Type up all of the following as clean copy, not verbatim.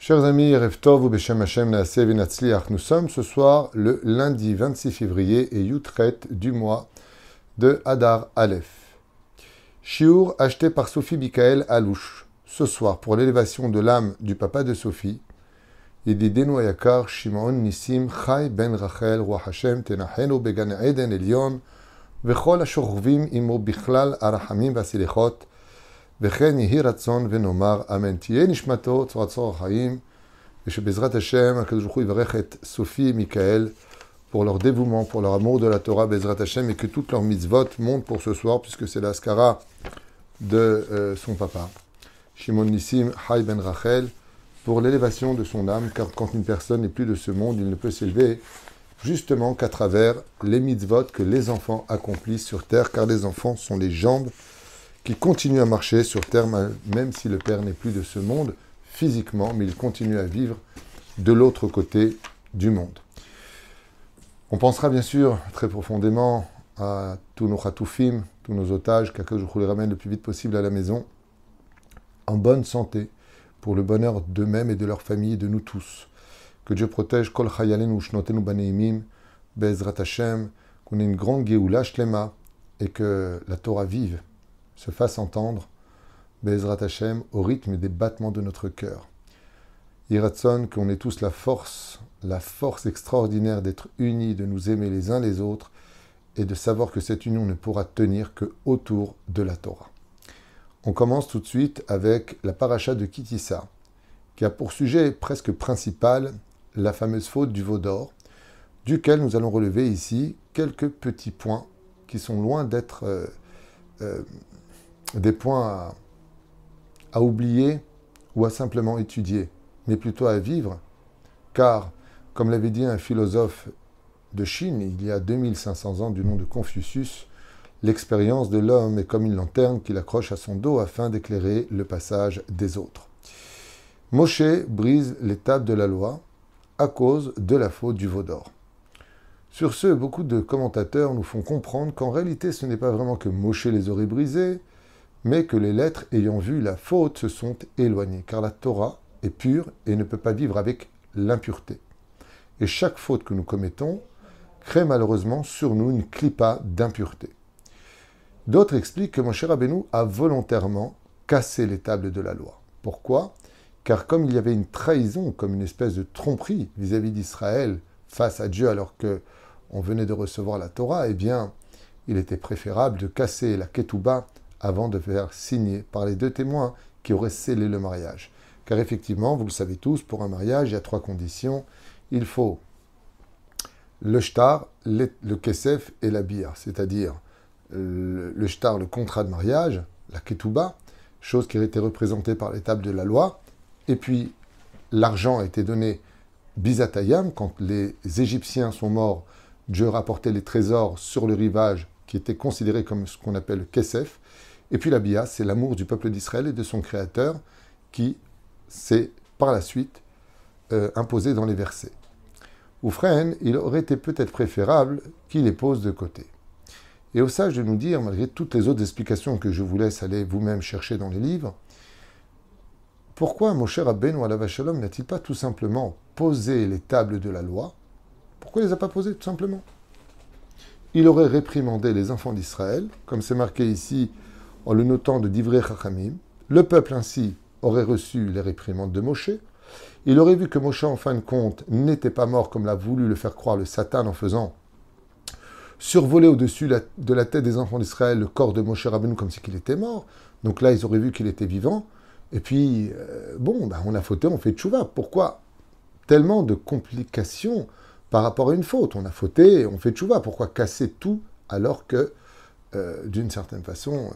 Chers amis, Erev Tov ou Beshem Hashem Naaseh V'Natzliach, nous sommes ce soir le lundi 26 février et Yutret du mois de Hadar Aleph. Shiur acheté par Sophie Michael Alouche. Ce soir, pour l'élévation de l'âme du papa de Sophie, Yedidenu Yakar Shimon Nissim Chai Ben Rachel Roi Hashem Tenachenu Began Eden Elyon Vechol Ashorvim Imo Bichlal Arachamim Vasilichot וכן יהי רצון ונאמר אמן. תהיה נשמתו צורת צור החיים, ושבעזרת השם, הקדוש ברוך הוא יברך את סופי ומיכאל pour leur dévouement, pour leur amour de la Torah, Bezrat Hashem, et que toutes leurs mitzvot montent pour ce soir, puisque c'est l'askara de son papa, Shimon Nissim Chai Ben Rachel, pour l'élévation de son âme, car quand une personne n'est plus de ce monde, il ne peut s'élever justement qu'à travers les mitzvot que les enfants accomplissent sur terre, car les enfants sont les jambes qui continue à marcher sur terre, même si le père n'est plus de ce monde physiquement, mais il continue à vivre de l'autre côté du monde. On pensera bien sûr très profondément à tous nos chatoufim, tous nos otages, qu'Akadosh Baruch Hu les ramène le plus vite possible à la maison, en bonne santé, pour le bonheur d'eux-mêmes et de leur famille, de nous tous. Que Dieu protège Kol Chayalenu Shnotenu Baneimim, Bezrat Hashem, qu'on ait une grande Geoula Shlema, et que la Torah vive se fasse entendre, Be'ezrat Hashem, au rythme des battements de notre cœur. Yiratson, qu'on ait tous la force extraordinaire d'être unis, de nous aimer les uns les autres, et de savoir que cette union ne pourra tenir que autour de la Torah. On commence tout de suite avec la paracha de Kitissa, qui a pour sujet presque principal la fameuse faute du veau d'or, duquel nous allons relever ici quelques petits points qui sont loin d'être des points à oublier ou à simplement étudier, mais plutôt à vivre, car, comme l'avait dit un philosophe de Chine, il y a 2500 ans, du nom de Confucius, l'expérience de l'homme est comme une lanterne qu'il accroche à son dos afin d'éclairer le passage des autres. Moshe brise les tables de la loi à cause de la faute du veau d'or. Sur ce, beaucoup de commentateurs nous font comprendre qu'en réalité, ce n'est pas vraiment que Moshe les aurait brisés, mais que les lettres ayant vu la faute se sont éloignées, car la Torah est pure et ne peut pas vivre avec l'impureté. Et chaque faute que nous commettons crée malheureusement sur nous une clipa d'impureté. D'autres expliquent que Moshe Rabbeinu a volontairement cassé les tables de la loi. Pourquoi ? Car comme il y avait une trahison, comme une espèce de tromperie vis-à-vis d'Israël face à Dieu alors qu'on venait de recevoir la Torah, eh bien, il était préférable de casser la ketouba avant de faire signer par les deux témoins qui auraient scellé le mariage. Car effectivement, vous le savez tous, pour un mariage, il y a 3 conditions. Il faut le shtar, le kesef et la bia, c'est-à-dire le shtar, le contrat de mariage, la ketouba, chose qui a été représentée par les tables de la loi, et puis l'argent a été donné bizatayam, quand les Égyptiens sont morts, Dieu rapportait les trésors sur le rivage qui était considéré comme ce qu'on appelle le kesef. Et puis la bia, c'est l'amour du peuple d'Israël et de son Créateur qui s'est par la suite imposé dans les versets. Oufren, il aurait été peut-être préférable qu'il les pose de côté. Et au sage de nous dire, malgré toutes les autres explications que je vous laisse aller vous-même chercher dans les livres, pourquoi Moshe Rabbeinu alav shalom n'a-t-il pas tout simplement posé les tables de la loi? Pourquoi il ne les a pas posées tout simplement? Il aurait réprimandé les enfants d'Israël, comme c'est marqué ici en le notant de Divrei Chachamim. Le peuple ainsi aurait reçu les réprimandes de Moshe. Il aurait vu que Moshe, en fin de compte, n'était pas mort comme l'a voulu le faire croire le Satan en faisant survoler au-dessus de la tête des enfants d'Israël le corps de Moshe Rabbeinu comme si qu'il était mort. Donc là, ils auraient vu qu'il était vivant. Et puis, on a fauté, on fait tchouva. Pourquoi tellement de complications par rapport à une faute? On a fauté, on fait tchouva. Pourquoi casser tout alors que, d'une certaine façon,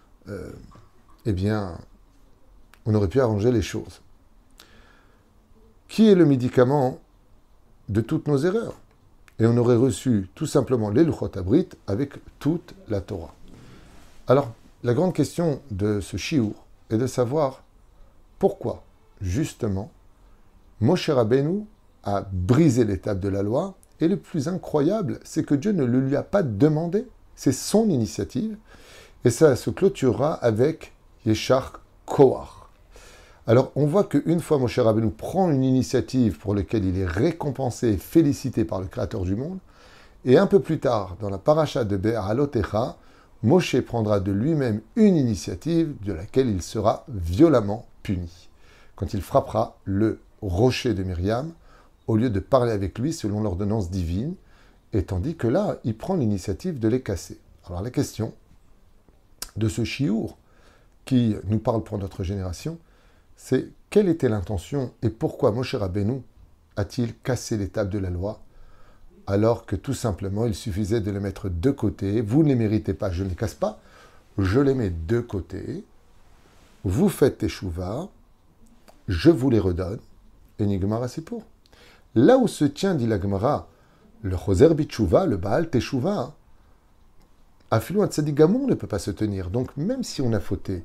on aurait pu arranger les choses. Qui est le médicament de toutes nos erreurs? Et on aurait reçu tout simplement les Luchot Abrit avec toute la Torah. Alors, la grande question de ce shiur est de savoir pourquoi, justement, Moshe Rabbeinu a brisé les tables de la loi, et le plus incroyable, c'est que Dieu ne le lui a pas demandé, c'est son initiative, et ça se clôturera avec Yeshar Koach. Alors, on voit qu'une fois Moshe Rabbeinu prend une initiative pour laquelle il est récompensé et félicité par le Créateur du monde, et un peu plus tard, dans la paracha de Be'alotecha, Moshe prendra de lui-même une initiative de laquelle il sera violemment puni, quand il frappera le rocher de Myriam, au lieu de parler avec lui selon l'ordonnance divine, et tandis que là, il prend l'initiative de les casser. Alors la question de ce chiour qui nous parle pour notre génération, c'est quelle était l'intention et pourquoi Moshe Rabbeinu a-t-il cassé les tables de la loi alors que tout simplement il suffisait de les mettre de côté. Vous ne les méritez pas, je ne les casse pas, je les mets de côté, vous faites teshuva, je vous les redonne, et Nigmara c'est pour. Là où se tient, dit la Gemara, le Choser Bitshuva, le Baal Teshuva, Afilou un Tzadik Gamour ne peut pas se tenir. Donc même si on a fauté,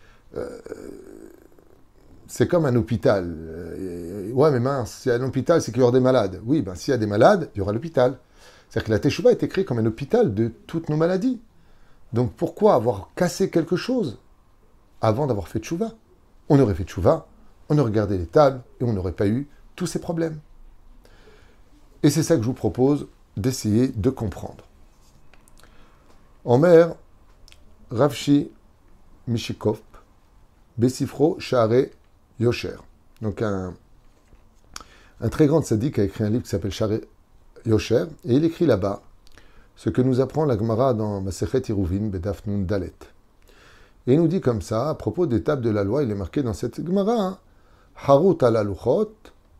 c'est comme un hôpital. Ouais, mais mince, s'il y a un hôpital, c'est qu'il y aura des malades. Oui, ben s'il y a des malades, il y aura l'hôpital. C'est-à-dire que la Teshuva est écrite comme un hôpital de toutes nos maladies. Donc pourquoi avoir cassé quelque chose avant d'avoir fait Teshuva? On aurait fait Teshuva, on aurait gardé les tables et on n'aurait pas eu tous ces problèmes. Et c'est ça que je vous propose d'essayer de comprendre. En mer, Ravshi Mishikov, Besifro Share Yosher. Donc un très grand tzaddik a écrit un livre qui s'appelle Share Yosher, et il écrit là-bas ce que nous apprend la Gemara dans Masechet Iruvin, Bedaf Nun Dalet. Et il nous dit comme ça, à propos des tables de la loi, il est marqué dans cette Gemara, Harut ala luchot,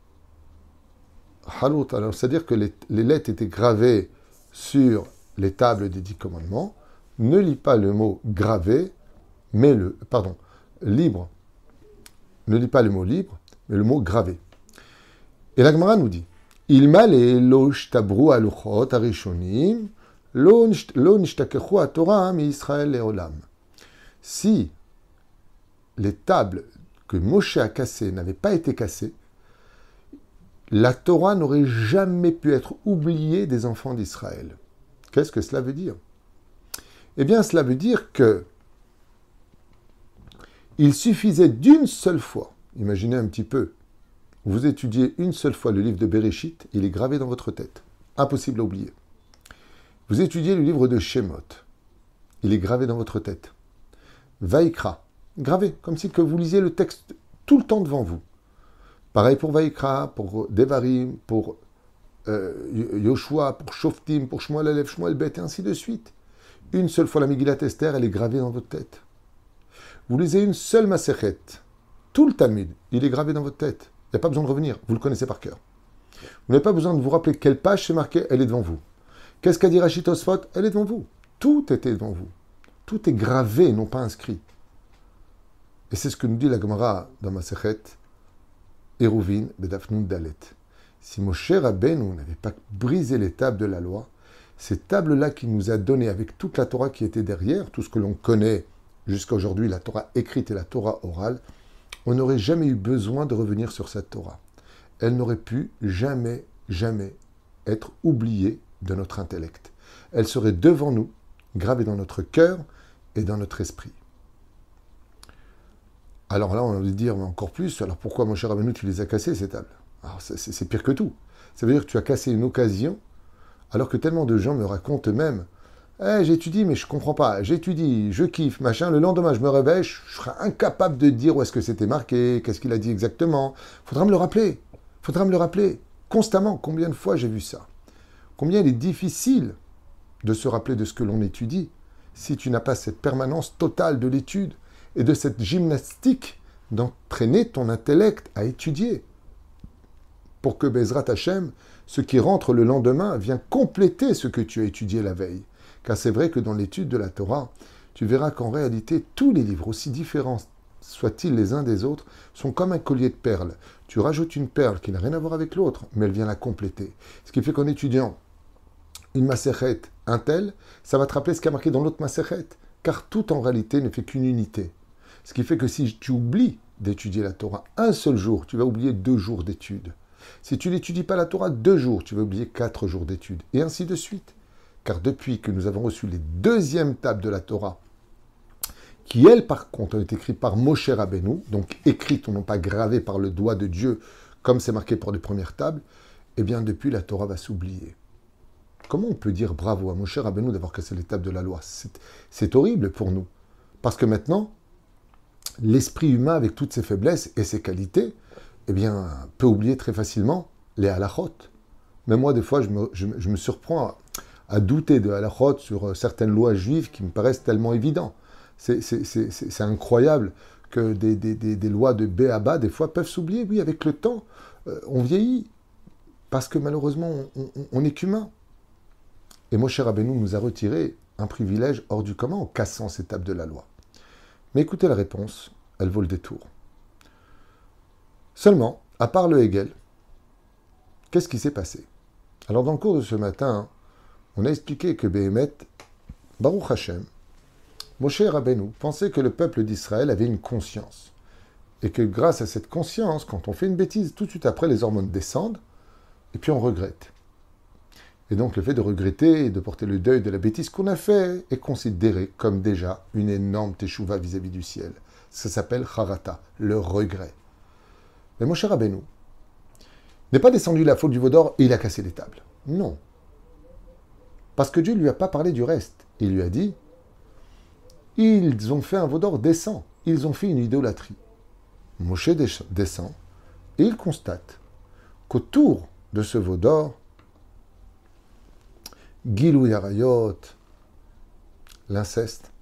c'est-à-dire que les lettres étaient gravées sur les tables des 10 commandements. Ne lis pas le mot gravé, mais libre. Ne lis pas le mot libre, mais le mot gravé. Et la Gemara nous dit, Ilma le lo shtabru aluchot arishonim, lo nishtakechu atorah mi Israël leolam. Si les tables que Moshe a cassées n'avaient pas été cassées, la Torah n'aurait jamais pu être oubliée des enfants d'Israël. Qu'est-ce que cela veut dire? Eh bien, cela veut dire que il suffisait d'une seule fois, imaginez un petit peu, vous étudiez une seule fois le livre de Bereshit, il est gravé dans votre tête. Impossible à oublier. Vous étudiez le livre de Shemot, il est gravé dans votre tête. Vaikra, gravé, comme si que vous lisiez le texte tout le temps devant vous. Pareil pour Vaikra, pour Devarim, pour Yoshua, pour Shoftim, pour Shmuel Aleph, Shmuel Bet, et ainsi de suite. Une seule fois la Megillat Esther, elle est gravée dans votre tête. Vous lisez une seule Masechet, tout le Talmud, il est gravé dans votre tête. Il n'y a pas besoin de revenir, vous le connaissez par cœur. Vous n'avez pas besoin de vous rappeler quelle page c'est marqué, elle est devant vous. Qu'est-ce qu'a dit Rachid Tosfot? Elle est devant vous. Tout était devant vous. Tout est gravé, non pas inscrit. Et c'est ce que nous dit la Gemara dans Masechet Eruvin, Bedaf Nun Dalet. Si Moshe Rabbeinu n'avait pas brisé les tables de la loi, ces tables-là qu'il nous a données avec toute la Torah qui était derrière, tout ce que l'on connaît jusqu'à aujourd'hui, la Torah écrite et la Torah orale, on n'aurait jamais eu besoin de revenir sur cette Torah. Elle n'aurait pu jamais, jamais être oubliée de notre intellect. Elle serait devant nous, gravée dans notre cœur et dans notre esprit. Alors là, on va dire encore plus, alors pourquoi, mon cher Rabbeinu, tu les as cassées, ces tables? Alors c'est pire que tout. Ça veut dire que tu as cassé une occasion, alors que tellement de gens me racontent eux-mêmes, j'étudie, mais je comprends pas, j'étudie, je kiffe, machin, le lendemain, je me réveille, je serai incapable de dire où est-ce que c'était marqué, qu'est-ce qu'il a dit exactement. Faudra me le rappeler, constamment. Combien de fois j'ai vu ça? Combien il est difficile de se rappeler de ce que l'on étudie, si tu n'as pas cette permanence totale de l'étude, et de cette gymnastique d'entraîner ton intellect à étudier, pour que Bezrat Hashem, ce qui rentre le lendemain, vient compléter ce que tu as étudié la veille. Car c'est vrai que dans l'étude de la Torah, tu verras qu'en réalité, tous les livres, aussi différents soient-ils les uns des autres, sont comme un collier de perles. Tu rajoutes une perle qui n'a rien à voir avec l'autre, mais elle vient la compléter. Ce qui fait qu'en étudiant une Masechet, un tel, ça va te rappeler ce qui a marqué dans l'autre Masechet, car tout en réalité ne fait qu'une unité. Ce qui fait que si tu oublies d'étudier la Torah un seul jour, tu vas oublier 2 jours d'études. Si tu n'étudies pas la Torah 2 jours, tu vas oublier 4 jours d'études. Et ainsi de suite. Car depuis que nous avons reçu les 2e tables de la Torah, qui elles, par contre, ont été écrites par Moshe Rabbeinu, donc écrites, non pas gravées par le doigt de Dieu, comme c'est marqué pour les premières tables, eh bien, depuis, la Torah va s'oublier. Comment on peut dire bravo à Moshe Rabbeinu d'avoir cassé les tables de la loi? C'est horrible pour nous. Parce que maintenant, l'esprit humain, avec toutes ses faiblesses et ses qualités, eh bien, peut oublier très facilement les halachot. Mais moi, des fois, je me surprends à douter de halachot sur certaines lois juives qui me paraissent tellement évidentes. C'est incroyable que des lois de B à bas, des fois, peuvent s'oublier. Oui, avec le temps, on vieillit. Parce que malheureusement, on n'est qu'humain. Et Moshe Rabbeinu nous a retiré un privilège hors du commun en cassant ces tables de la loi. Mais écoutez la réponse, elle vaut le détour. Seulement, à part le Hegel, qu'est-ce qui s'est passé? Alors dans le cours de ce matin, on a expliqué que Béhémet, Baruch Hashem, Moshe Rabbeinu pensait que le peuple d'Israël avait une conscience. Et que grâce à cette conscience, quand on fait une bêtise, tout de suite après, les hormones descendent, et puis on regrette. Et donc le fait de regretter et de porter le deuil de la bêtise qu'on a fait est considéré comme déjà une énorme teshuva vis-à-vis du ciel. Ça s'appelle charata, le regret. Mais Moshe Rabbeinu n'est pas descendu de la faute du veau d'or et il a cassé les tables. Non. Parce que Dieu ne lui a pas parlé du reste. Il lui a dit, ils ont fait un veau d'or décent. Ils ont fait une idolâtrie. Moshe descend et il constate qu'autour de ce veau d'or, Gilou Yarayot, l'inceste,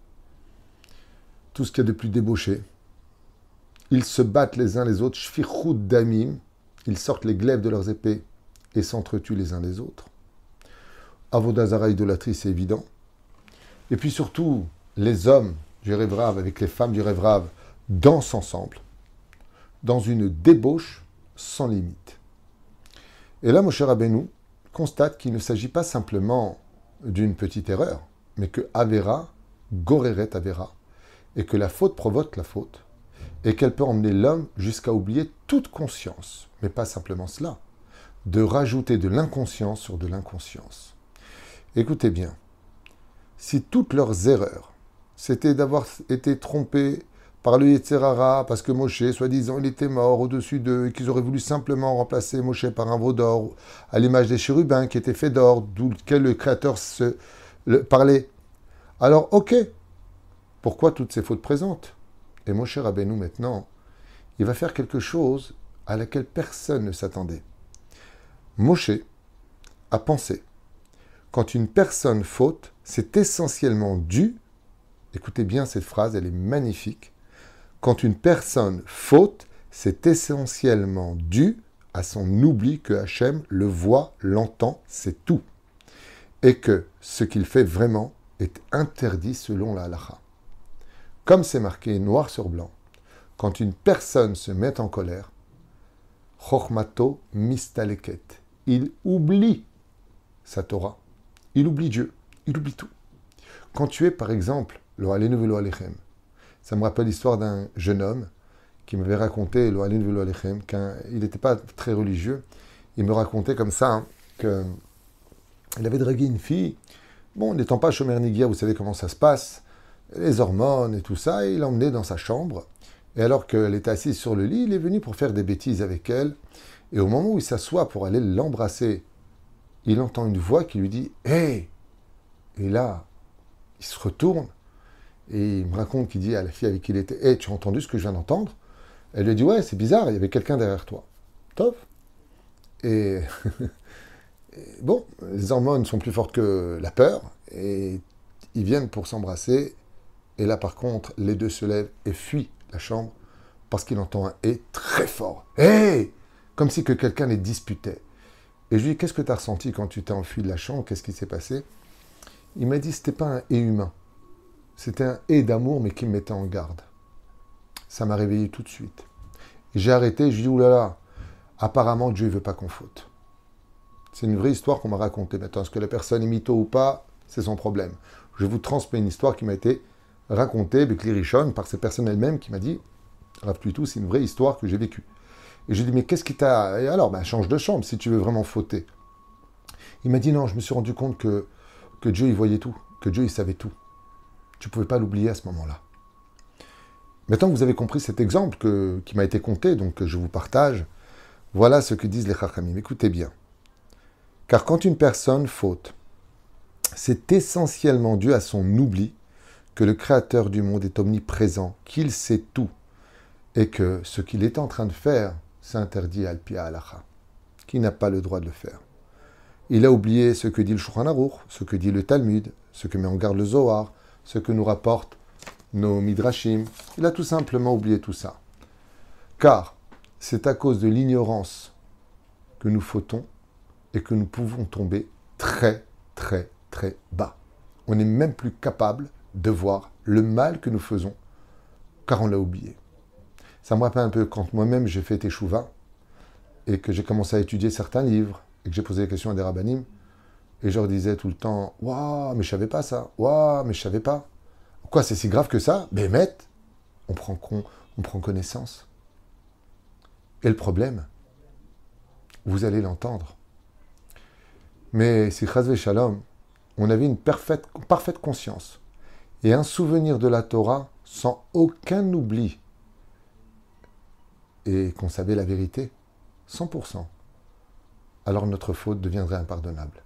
tout ce qu'il y a de plus débauché. Ils se battent les uns les autres, shfichut damim, ils sortent les glaives de leurs épées et s'entretuent les uns les autres. Avodazara, idolâtrie, c'est évident. Et puis surtout, les hommes du Révrave avec les femmes du Révrave dansent ensemble, dans une débauche sans limite. Et là, Moshe Rabbeinu constate qu'il ne s'agit pas simplement d'une petite erreur, mais que Avera, Goreret Avera, et que la faute provoque la faute, et qu'elle peut emmener l'homme jusqu'à oublier toute conscience, mais pas simplement cela, de rajouter de l'inconscience sur de l'inconscience. Écoutez bien, si toutes leurs erreurs, c'était d'avoir été trompés par le Yetzerara, parce que Moshe, soi-disant, il était mort au-dessus d'eux, et qu'ils auraient voulu simplement remplacer Moshe par un veau d'or, à l'image des chérubins qui étaient faits d'or, d'où le Créateur parlait. Alors, ok, pourquoi toutes ces fautes présentes? Et Moshe Rabbeinu, maintenant, il va faire quelque chose à laquelle personne ne s'attendait. Moshe a pensé, quand une personne faute, c'est essentiellement dû, écoutez bien cette phrase, elle est magnifique, quand une personne faute, c'est essentiellement dû à son oubli que Hachem le voit, l'entend, c'est tout. Et que ce qu'il fait vraiment est interdit selon la halakha. Comme c'est marqué noir sur blanc, quand une personne se met en colère, chokhmato mistaleket, il oublie sa Torah, il oublie Dieu, il oublie tout. Quand tu es, par exemple, lo alenu velo alechem, ça me rappelle l'histoire d'un jeune homme qui m'avait raconté, lo alenu velo alechem, qu'il n'était pas très religieux, il me racontait comme ça, qu'il avait dragué une fille, bon, n'étant pas Shomer Nigia, vous savez comment ça se passe, les hormones et tout ça, et il l'a emmenée dans sa chambre, et alors qu'elle était assise sur le lit, il est venu pour faire des bêtises avec elle, et au moment où il s'assoit pour aller l'embrasser, il entend une voix qui lui dit « Hey !» Et là, il se retourne, et il me raconte qu'il dit à la fille avec qui il était « Hey, tu as entendu ce que je viens d'entendre ?» Elle lui dit « Ouais, c'est bizarre, il y avait quelqu'un derrière toi. » Top. Et bon, les hormones sont plus fortes que la peur, et ils viennent pour s'embrasser, et là par contre, les deux se lèvent et fuient la chambre, parce qu'il entend un « Hey !» très fort. « Hey !» Comme si que quelqu'un les disputait. Et je lui dis « Qu'est-ce que tu as ressenti quand tu t'es enfui de la chambre? Qu'est-ce qui s'est passé ?» Il m'a dit « C'était pas un « et » humain. C'était un « et » d'amour, mais qui me mettait en garde. Ça m'a réveillé tout de suite. Et j'ai arrêté, je lui ai dit « Oulala, apparemment Dieu ne veut pas qu'on faute. » C'est une vraie histoire qu'on m'a racontée. Maintenant, est-ce que la personne est mytho ou pas, c'est son problème. Je vous transmets une histoire qui m'a été racontée, Bekli Rishon, par cette personne elle-même qui m'a dit « Rav Tuitou, c'est une vraie histoire que j'ai vécue. » Et j'ai dit « Mais qu'est-ce qui t'a... » Et alors, change de chambre si tu veux vraiment fauter. Il m'a dit « Non, je me suis rendu compte que Dieu, il voyait tout, que Dieu, il savait tout. Tu ne pouvais pas l'oublier à ce moment-là. Maintenant que vous avez compris cet exemple qui m'a été conté, donc que je vous partage, voilà ce que disent les Chachamim. Écoutez bien. Car quand une personne faute, c'est essentiellement dû à son oubli que le Créateur du monde est omniprésent, qu'il sait tout, et que ce qu'il est en train de faire, c'est interdit à Al-Pi Halacha, qui n'a pas le droit de le faire. Il a oublié ce que dit le Shulchan Aruch, ce que dit le Talmud, ce que met en garde le Zohar, ce que nous rapportent nos Midrashim. Il a tout simplement oublié tout ça. Car c'est à cause de l'ignorance que nous fautons et que nous pouvons tomber très, très, très bas. On n'est même plus capable de voir le mal que nous faisons, car on l'a oublié. Ça me rappelle un peu quand moi-même j'ai fait Teshuva et que j'ai commencé à étudier certains livres et que j'ai posé des questions à des rabbinim et je leur disais tout le temps « Waouh, mais je savais pas ça. Waouh, mais je savais pas. Quoi, c'est si grave que ça ?» Bémet, on prend connaissance. Et le problème, vous allez l'entendre. Mais si Chazvé Shalom, on avait une parfaite conscience et un souvenir de la Torah sans aucun oubli et qu'on savait la vérité, 100%, alors notre faute deviendrait impardonnable.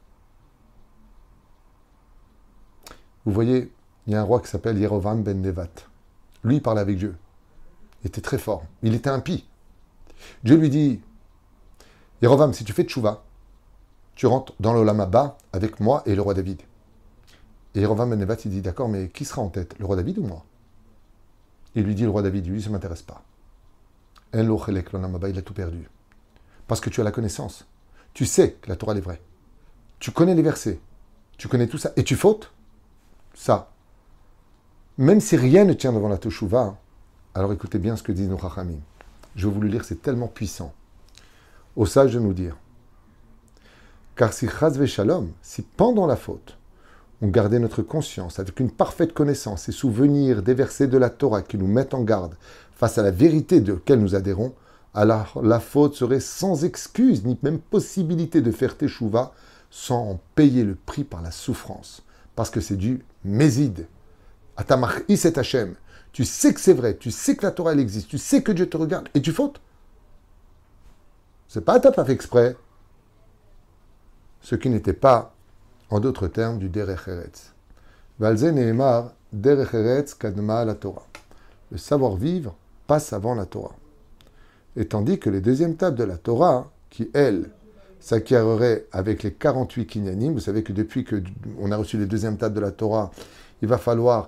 Vous voyez, il y a un roi qui s'appelle Yerovam ben Nevat. Lui, il parlait avec Dieu. Il était très fort. Il était impie. Dieu lui dit, Yerovam, si tu fais tchouva, tu rentres dans l'Olam Haba avec moi et le roi David. Et Yerovam ben Nevat, il dit, d'accord, mais qui sera en tête, le roi David ou moi? Il lui dit, le roi David, lui, ça ne m'intéresse pas. l'Olam Haba, il a tout perdu. Parce que tu as la connaissance. Tu sais que la Torah est vraie. Tu connais les versets. Tu connais tout ça. Et tu fautes ça. Même si rien ne tient devant la Teshuvah, alors écoutez bien ce que disent nos Chachamim. Je vais vous le lire, c'est tellement puissant. Au sage de nous dire. Car si Chazvé Shalom, si pendant la faute, on gardait notre conscience avec une parfaite connaissance et souvenir des versets de la Torah qui nous mettent en garde face à la vérité de laquelle nous adhérons, alors la faute serait sans excuse, ni même possibilité de faire Teshuvah sans en payer le prix par la souffrance. Parce que c'est du Mézid. Atamach Iset Hashem. Tu sais que c'est vrai, tu sais que la Torah elle existe, tu sais que Dieu te regarde et tu fautes. C'est pas t'as pas fait exprès. Ce qui n'était pas, en d'autres termes, du Derech Eretz. Valze Nehemar, Derech Eretz Kadma la Torah. Le savoir-vivre passe avant la Torah. Et tandis que les deuxièmes tables de la Torah, qui, elles, s'acquéreraient avec les 48 kinyanim, vous savez que depuis qu'on a reçu les deuxièmes tables de la Torah, il va falloir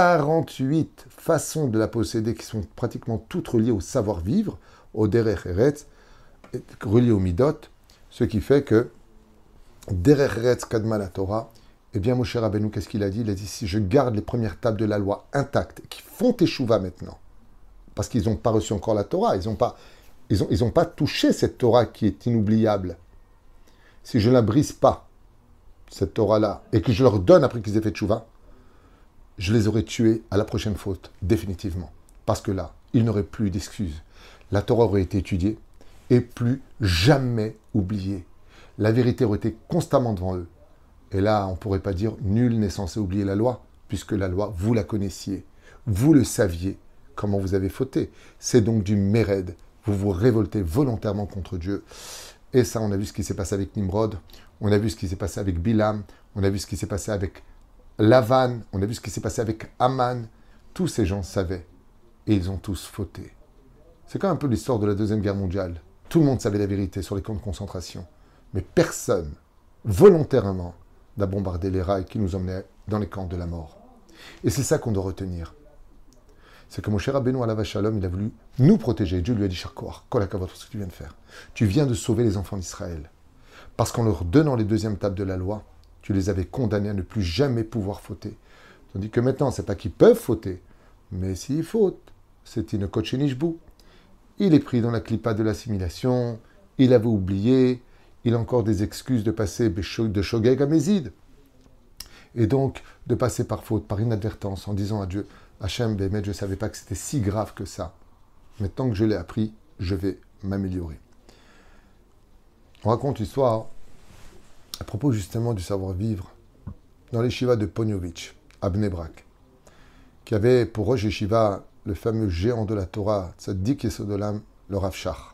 48 façons de la posséder qui sont pratiquement toutes reliées au savoir-vivre, au Derech Eretz, reliées au Midot, ce qui fait que Derech Eretz Kadma la Torah, eh bien Moshe Rabbeinu, qu'est-ce qu'il a dit? Il a dit, si je garde les premières tables de la loi intactes, qui font Teshuvah maintenant, parce qu'ils n'ont pas reçu encore la Torah, ils n'ont pas touché cette Torah qui est inoubliable. Si je ne la brise pas, cette Torah-là, et que je leur donne après qu'ils aient fait Teshuvah, je les aurais tués à la prochaine faute, définitivement. Parce que là, ils n'auraient plus d'excuses. La Torah aurait été étudiée et plus jamais oubliée. La vérité aurait été constamment devant eux. Et là, on ne pourrait pas dire nul n'est censé oublier la loi, puisque la loi, vous la connaissiez. Vous le saviez, comment vous avez fauté. C'est donc du méred. Vous vous révoltez volontairement contre Dieu. Et ça, on a vu ce qui s'est passé avec Nimrod, on a vu ce qui s'est passé avec Bilam, on a vu ce qui s'est passé avec Lavan, on a vu ce qui s'est passé avec Aman. Tous ces gens savaient. Et ils ont tous fauté. C'est comme un peu l'histoire de la Deuxième Guerre mondiale. Tout le monde savait la vérité sur les camps de concentration. Mais personne, volontairement, n'a bombardé les rails qui nous emmenaient dans les camps de la mort. Et c'est ça qu'on doit retenir. C'est que Moshe Rabbeinu alav Shalom, il a voulu nous protéger. Dieu lui a dit, Shakor, kolakavot, ce que tu viens de faire. Tu viens de sauver les enfants d'Israël. Parce qu'en leur donnant les deuxièmes tables de la loi, tu les avais condamnés à ne plus jamais pouvoir fauter. Tandis que maintenant, c'est pas qu'ils peuvent fauter, mais s'ils fautent, c'est une kotchenishbou. Il est pris dans la clipa de l'assimilation, il avait oublié, il a encore des excuses de passer de Shogeg à Mézid. Et donc, de passer par faute, par inadvertance, en disant à Dieu, Hachem, Bémet, je ne savais pas que c'était si grave que ça. Mais tant que je l'ai appris, je vais m'améliorer. On raconte l'histoire à propos justement du savoir-vivre dans les yeshivas de Ponyovitch, à Bnei Brak, qui avait pour Rosh Yeshiva le fameux géant de la Torah, Tzaddik Yesod Olam, le Rav Shach.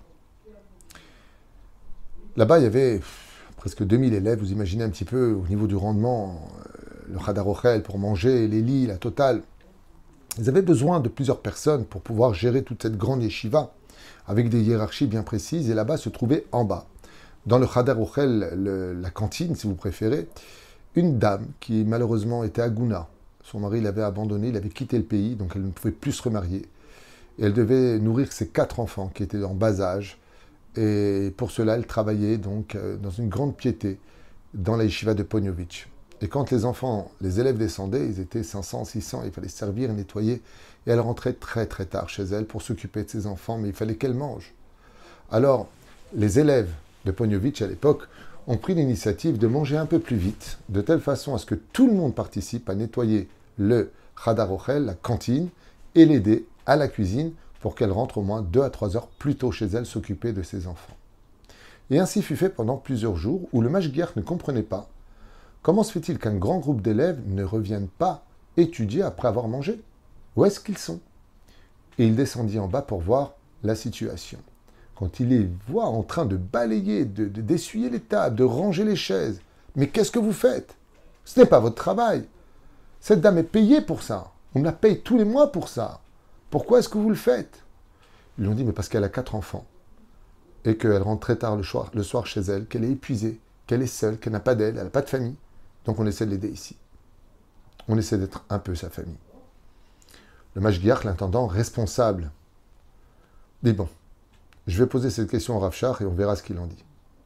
Là-bas, il y avait presque 2000 élèves, vous imaginez un petit peu au niveau du rendement, le Hadar Ochel pour manger, les lits, la totale. Ils avaient besoin de plusieurs personnes pour pouvoir gérer toute cette grande yeshiva, avec des hiérarchies bien précises, et là-bas se trouvait en bas, dans le Hadar Ochel, la cantine si vous préférez, une dame qui malheureusement était à Gouna. Son mari l'avait abandonnée, il avait quitté le pays, donc elle ne pouvait plus se remarier. Et elle devait nourrir ses 4 enfants qui étaient en bas âge. Et pour cela, elle travaillait donc dans une grande piété dans la yeshiva de Ponyovitch. Et quand les enfants, les élèves descendaient, ils étaient 500, 600, il fallait servir, nettoyer. Et elle rentrait très très tard chez elle pour s'occuper de ses enfants, mais il fallait qu'elle mange. Alors, les élèves de Ponyovitch à l'époque ont pris l'initiative de manger un peu plus vite, de telle façon à ce que tout le monde participe à nettoyer le Hadar Ochel, la cantine, et l'aider à la cuisine pour qu'elle rentre au moins 2 à 3 heures plus tôt chez elle s'occuper de ses enfants. Et ainsi fut fait pendant plusieurs jours où le Mashgiach ne comprenait pas comment se fait-il qu'un grand groupe d'élèves ne reviennent pas étudier après avoir mangé. Où est-ce qu'ils sont? Et il descendit en bas pour voir la situation. Quand il les voit en train de balayer, d'essuyer les tables, de ranger les chaises, mais qu'est-ce que vous faites? Ce n'est pas votre travail. Cette dame est payée pour ça. On la paye tous les mois pour ça. Pourquoi est-ce que vous le faites? Ils lui ont dit, mais parce qu'elle a 4 enfants. Et qu'elle rentre très tard le soir chez elle, qu'elle est épuisée, qu'elle est seule, qu'elle n'a pas d'aide, elle n'a pas de famille. Donc on essaie de l'aider ici. On essaie d'être un peu sa famille. Le Mashgiach, l'intendant responsable, dit, bon, je vais poser cette question au Rav Shach et on verra ce qu'il en dit.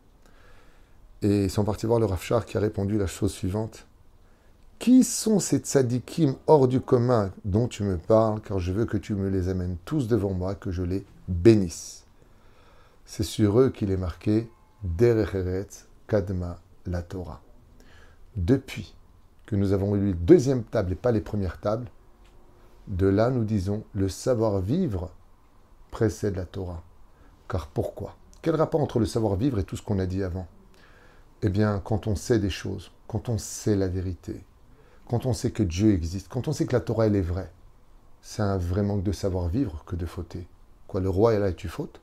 Et ils sont partis voir le Rav Shach qui a répondu la chose suivante. Qui sont ces tzadikim hors du commun dont tu me parles, car je veux que tu me les amènes tous devant moi, que je les bénisse. C'est sur eux qu'il est marqué Derech Eretz Kadma la Torah. Depuis que nous avons eu les deuxième table et pas les premières tables, de là nous disons le savoir-vivre précède la Torah. Car pourquoi? Quel rapport entre le savoir-vivre et tout ce qu'on a dit avant? Eh bien, quand on sait des choses, quand on sait la vérité, quand on sait que Dieu existe, quand on sait que la Torah, elle est vraie, c'est un vrai manque de savoir-vivre que de fauter. Quoi, le roi est là et tu fautes?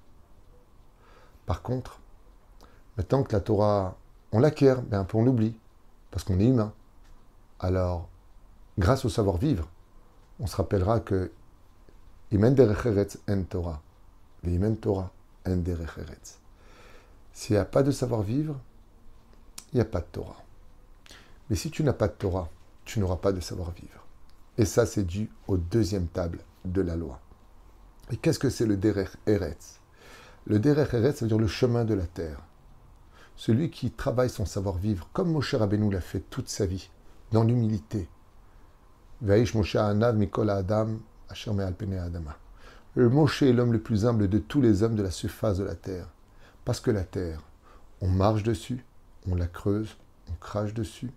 Par contre, maintenant que la Torah, on l'acquiert, mais un peu on l'oublie, parce qu'on est humain. Alors, grâce au savoir-vivre, on se rappellera que Imen derech eretz en Torah, et Imen Torah en derech eretz. S'il n'y a pas de savoir-vivre, il n'y a pas de Torah. Mais si tu n'as pas de Torah, tu n'auras pas de savoir-vivre. Et ça, c'est dû aux deuxième table de la loi. Et qu'est-ce que c'est le derech eretz? Le derech eretz, ça veut dire le chemin de la terre. Celui qui travaille son savoir-vivre, comme Moshe Rabbeinu l'a fait toute sa vie, dans l'humilité. Vaish Moshe Anav Mikol Adam Asher Me'al Penei Adama. Le Moshe est l'homme le plus humble de tous les hommes de la surface de la terre. Parce que la terre, on marche dessus, on la creuse, on crache dessus.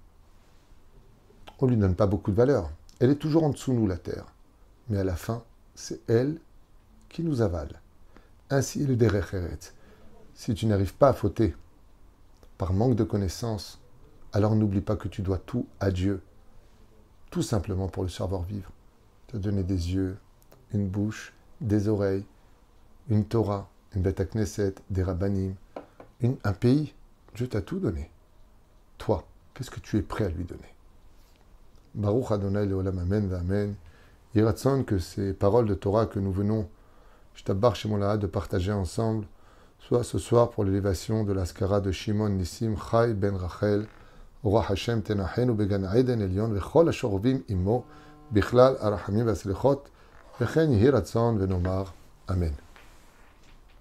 On ne lui donne pas beaucoup de valeur. Elle est toujours en dessous de nous, la terre. Mais à la fin, c'est elle qui nous avale. Ainsi est le derech eretz. Si tu n'arrives pas à fauter par manque de connaissances, alors n'oublie pas que tu dois tout à Dieu. Tout simplement pour le savoir-vivre. Tu as donné des yeux, une bouche, des oreilles, une Torah, une Beth Knesset, des Rabbanim, un pays. Dieu t'a tout donné. Toi, qu'est-ce que tu es prêt à lui donner? Baruch Adonai Leolam Amen V'Amen. Yiratson que ces paroles de Torah que nous venons, je t'abarre chez mon de partager ensemble, soit ce soir pour l'élévation de l'Askara de Shimon Nissim Chai ben Rachel, Ora Hashem Tenachenu Began Eden Elion, Vechol Ashorvim Imo, Bichlal Arachamim Vaslichot, Vechen Yiratson Venomar. Amen.